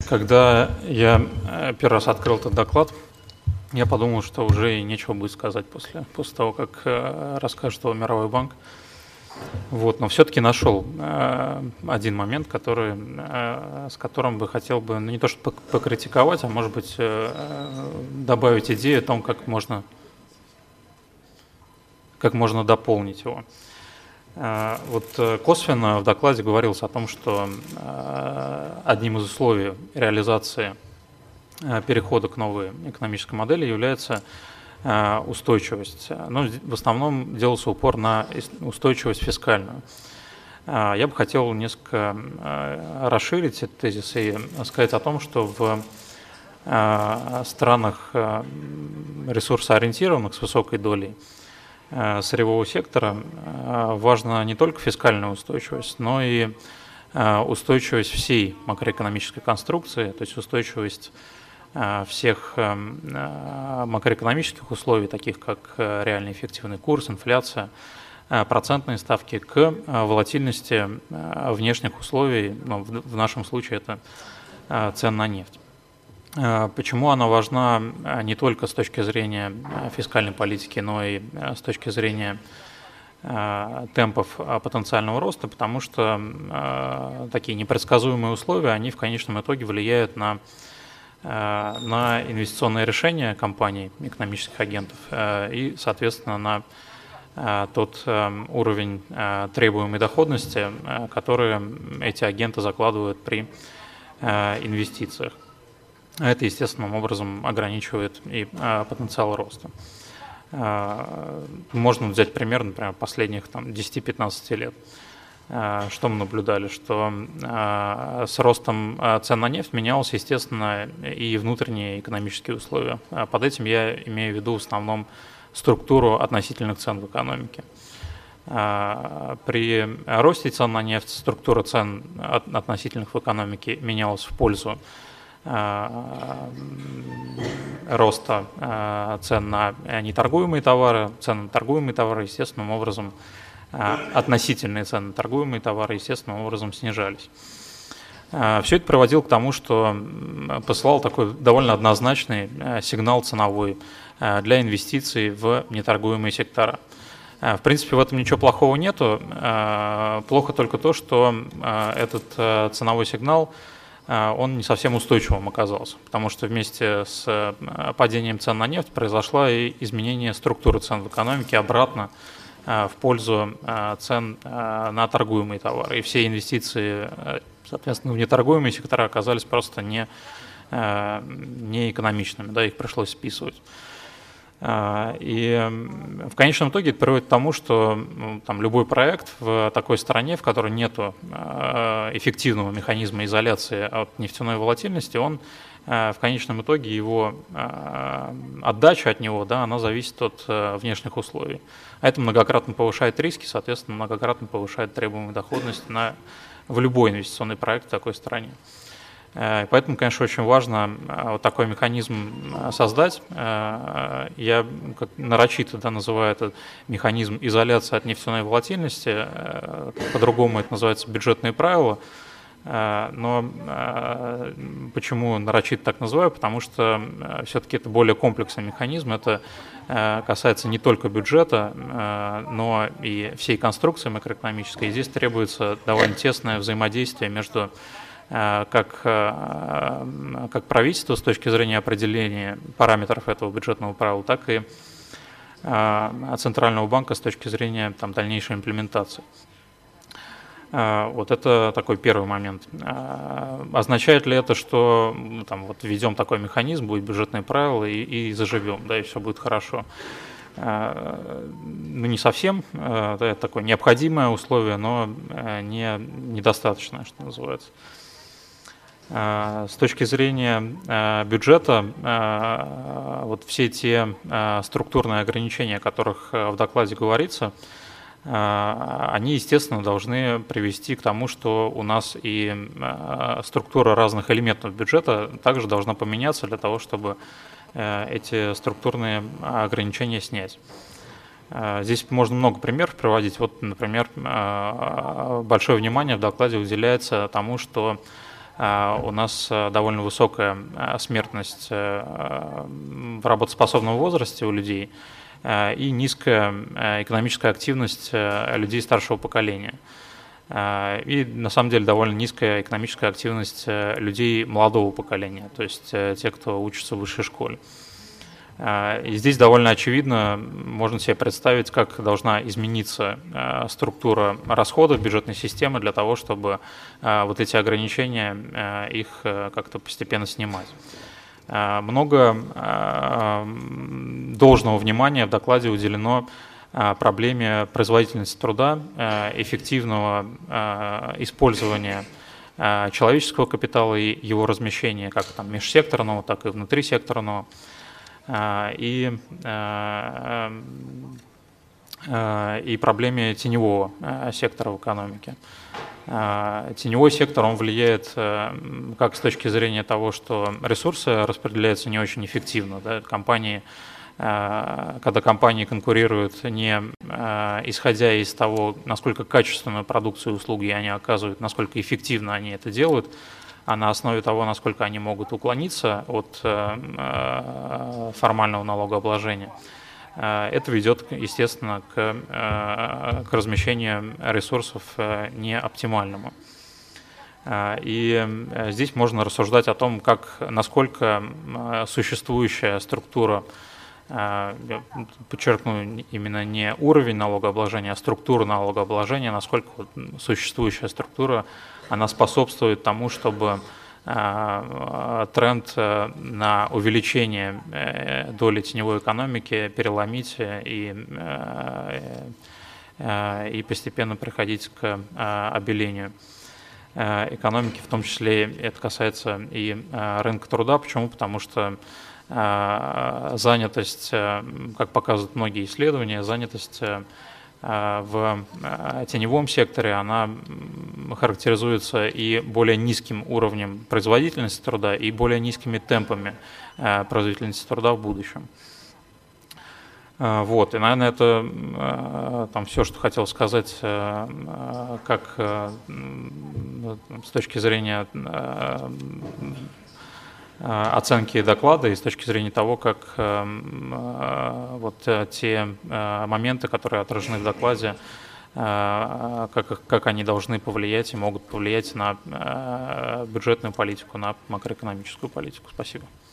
Когда я первый раз открыл этот доклад, я подумал, что уже и нечего будет сказать после того, как расскажет его Мировой банк. Но все-таки нашел один момент, с которым бы хотел бы, не то что покритиковать, а может быть добавить идею о том, как можно дополнить его. Косвенно в докладе говорилось о том, что одним из условий реализации перехода к новой экономической модели является устойчивость. Но в основном делался упор на устойчивость фискальную. Я бы хотел несколько расширить этот тезис и сказать о том, что в странах ресурсоориентированных с высокой долей сырьевого сектора важна не только фискальная устойчивость, но и устойчивость всей макроэкономической конструкции, то есть устойчивость всех макроэкономических условий, таких как реальный эффективный курс, инфляция, процентные ставки, к волатильности внешних условий, в нашем случае это цен на нефть. Почему она важна не только с точки зрения фискальной политики, но и с точки зрения темпов потенциального роста? Потому что такие непредсказуемые условия, они в конечном итоге влияют на инвестиционные решения компаний, экономических агентов и, соответственно, на тот уровень требуемой доходности, который эти агенты закладывают при инвестициях. Это естественным образом ограничивает и потенциал роста. Можно взять пример, например, последних 10-15 лет. Что мы наблюдали? Что с ростом цен на нефть менялось, естественно, и внутренние экономические условия. Под этим я имею в виду в основном структуру относительных цен в экономике. При росте цен на нефть структура цен относительных в экономике менялась в пользу роста цен на неторгуемые товары, цены на торгуемые товары естественным образом, относительные цены на торгуемые товары естественным образом снижались. Все это приводило к тому, что посылал такой довольно однозначный сигнал ценовой для инвестиций в неторгуемые сектора. В принципе, в этом ничего плохого нету, плохо только то, что этот ценовой сигнал он не совсем устойчивым оказался, потому что вместе с падением цен на нефть произошло и изменение структуры цен в экономике обратно в пользу цен на торгуемые товары. И все инвестиции, соответственно, в неторгуемые сектора оказались просто не экономичными, их пришлось списывать. И в конечном итоге это приводит к тому, что любой проект в такой стране, в которой нет эффективного механизма изоляции от нефтяной волатильности, он в конечном итоге его отдача от него, она зависит от внешних условий. А это многократно повышает риски, соответственно, многократно повышает требуемую доходность в любой инвестиционный проект в такой стране. Поэтому, конечно, очень важно вот такой механизм создать. Я нарочито называю это механизм изоляции от нефтяной волатильности, по-другому это называется бюджетные правила. Но почему нарочито так называю? Потому что все-таки это более комплексный механизм, это касается не только бюджета, но и всей конструкции макроэкономической. И здесь требуется довольно тесное взаимодействие между как правительство с точки зрения определения параметров этого бюджетного правила, так и Центрального банка с точки зрения дальнейшей имплементации. Вот это такой первый момент. Означает ли это, что введем такой механизм, будет бюджетное правило и заживем, и все будет хорошо? Не совсем, это такое необходимое условие, но недостаточное, что называется. С точки зрения бюджета, все те структурные ограничения, о которых в докладе говорится, они, естественно, должны привести к тому, что у нас и структура разных элементов бюджета также должна поменяться для того, чтобы эти структурные ограничения снять. Здесь можно много примеров приводить. Например, большое внимание в докладе уделяется тому, что у нас довольно высокая смертность в работоспособном возрасте у людей и низкая экономическая активность людей старшего поколения. И на самом деле довольно низкая экономическая активность людей молодого поколения, то есть те, кто учится в высшей школе. И здесь довольно очевидно, можно себе представить, как должна измениться структура расходов бюджетной системы для того, чтобы вот эти ограничения, их как-то постепенно снимать. Много должного внимания в докладе уделено проблеме производительности труда, эффективного использования человеческого капитала и его размещения как там межсекторного, так и внутрисекторного, и проблеме теневого сектора в экономике. Теневой сектор, он влияет как с точки зрения того, что ресурсы распределяются не очень эффективно. Да? Когда компании конкурируют не исходя из того, насколько качественную продукцию и услуги они оказывают, насколько эффективно они это делают, а на основе того, насколько они могут уклониться от формального налогообложения, это ведет, естественно, к размещению ресурсов неоптимальному. И здесь можно рассуждать о том, насколько существующая структура, подчеркну, именно не уровень налогообложения, а структура налогообложения, насколько существующая структура, она способствует тому, чтобы тренд на увеличение доли теневой экономики переломить и постепенно приходить к обелению экономики, в том числе это касается и рынка труда. Почему? Потому что занятость, как показывают многие исследования, занятость в теневом секторе, она характеризуется и более низким уровнем производительности труда, и более низкими темпами производительности труда в будущем. Вот, и, наверное, это там все, что хотел сказать, как с точки зрения оценки доклада и с точки зрения того, как вот те моменты, которые отражены в докладе, как они должны повлиять и могут повлиять на бюджетную политику, на макроэкономическую политику. Спасибо.